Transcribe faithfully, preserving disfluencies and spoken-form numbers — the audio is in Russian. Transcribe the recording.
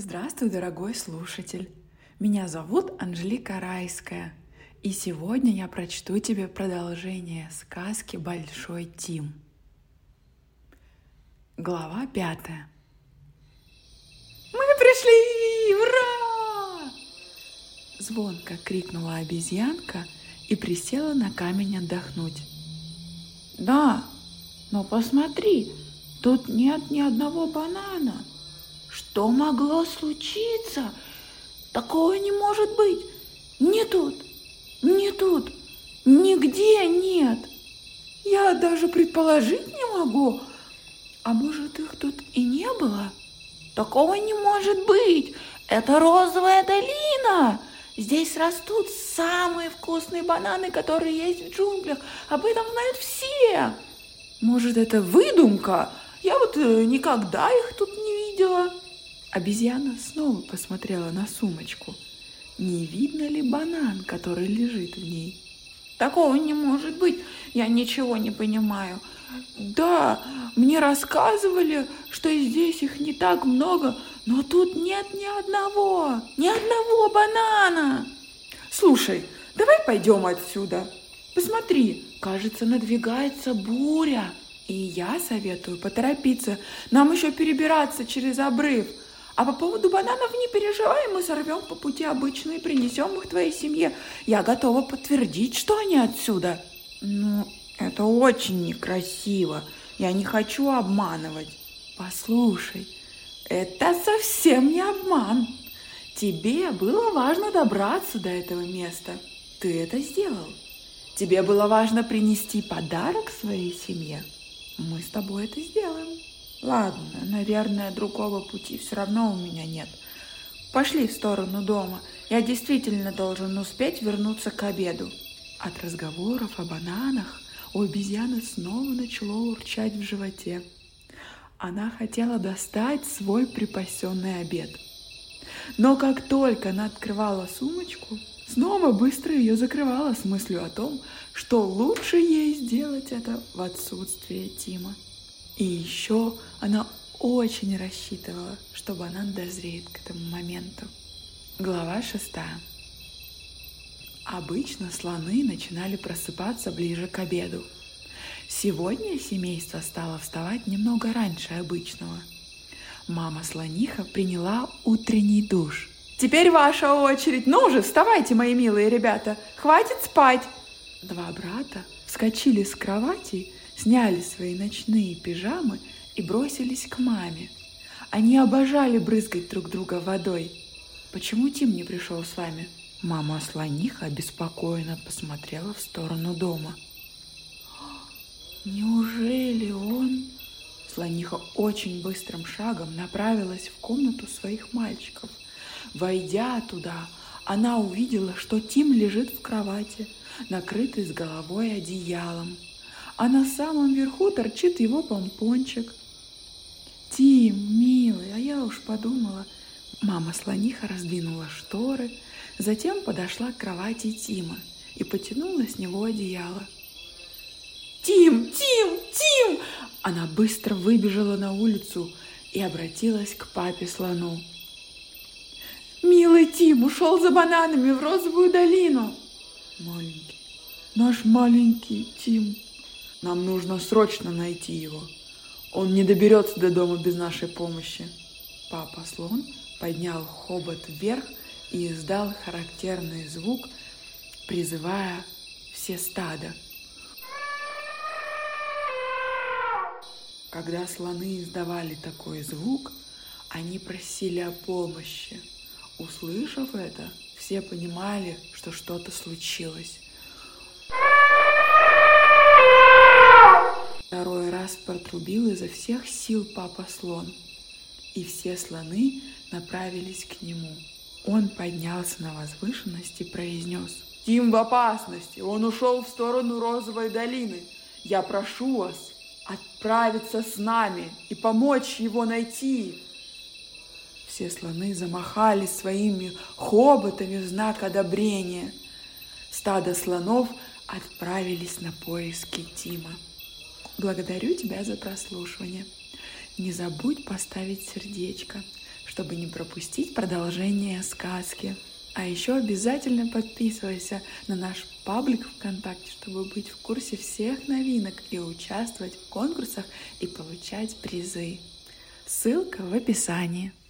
Здравствуй, дорогой слушатель! Меня зовут Анжелика Райская, и сегодня я прочту тебе продолжение сказки «Большой Тим». Глава пятая. Мы пришли! Ура! Звонко крикнула обезьянка и присела на камень отдохнуть. Да, но посмотри, тут нет ни одного банана. Что могло случиться? Такого не может быть. Не тут, не тут, нигде нет. Я даже предположить не могу. А может, их тут и не было? Такого не может быть. Это розовая долина. Здесь растут самые вкусные бананы, которые есть в джунглях. Об этом знают все. Может, это выдумка? Я вот никогда их тут не видела. Обезьяна снова посмотрела на сумочку. Не видно ли банан, который лежит в ней? Такого не может быть, я ничего не понимаю. Да, мне рассказывали, что здесь их не так много, но тут нет ни одного, ни одного банана. Слушай, давай пойдем отсюда. Посмотри, кажется, надвигается буря. И я советую поторопиться, нам еще перебираться через обрыв. А по поводу бананов не переживай, мы сорвем по пути обычные и принесем их твоей семье. Я готова подтвердить, что они отсюда. Ну, это очень некрасиво. Я не хочу обманывать. Послушай, это совсем не обман. Тебе было важно добраться до этого места. Ты это сделал. Тебе было важно принести подарок своей семье. Мы с тобой это сделаем. Ладно, наверное, другого пути все равно у меня нет. Пошли в сторону дома. Я действительно должен успеть вернуться к обеду. От разговоров о бананах у обезьяны снова начало урчать в животе. Она хотела достать свой припасенный обед. Но как только она открывала сумочку, снова быстро ее закрывала с мыслью о том, что лучше ей сделать это в отсутствие Тима. И еще она очень рассчитывала, что банан дозреет к этому моменту. Глава шестая. Обычно слоны начинали просыпаться ближе к обеду. Сегодня семейство стало вставать немного раньше обычного. Мама-слониха приняла утренний душ. «Теперь ваша очередь! Ну же, вставайте, мои милые ребята! Хватит спать!» Два брата вскочили с кровати, сняли свои ночные пижамы и бросились к маме. Они обожали брызгать друг друга водой. «Почему Тим не пришел с вами?» Мама-слониха обеспокоенно посмотрела в сторону дома. «Неужели он...» Слониха очень быстрым шагом направилась в комнату своих мальчиков. Войдя туда, она увидела, что Тим лежит в кровати, накрытый с головой одеялом, а на самом верху торчит его помпончик. «Тим, милый, а я уж подумала...» Мама-слониха раздвинула шторы, затем подошла к кровати Тима и потянула с него одеяло. «Тим! Тим! Тим!» Она быстро выбежала на улицу и обратилась к папе-слону. «Милый Тим ушел за бананами в розовую долину!» «Маленький, наш маленький Тим, нам нужно срочно найти его. Он не доберется до дома без нашей помощи». Папа-слон поднял хобот вверх и издал характерный звук, призывая все стадо. Когда слоны издавали такой звук, они просили о помощи. Услышав это, все понимали, что что-то случилось. Второй раз протрубил изо всех сил папа-слон, и все слоны направились к нему. Он поднялся на возвышенность и произнес: «Тим в опасности, он ушел в сторону розовой долины. Я прошу вас отправиться с нами и помочь его найти». Все слоны замахали своими хоботами в знак одобрения. Стадо слонов отправились на поиски Тима. Благодарю тебя за прослушивание. Не забудь поставить сердечко, чтобы не пропустить продолжение сказки. А еще обязательно подписывайся на наш паблик ВКонтакте, чтобы быть в курсе всех новинок и участвовать в конкурсах и получать призы. Ссылка в описании.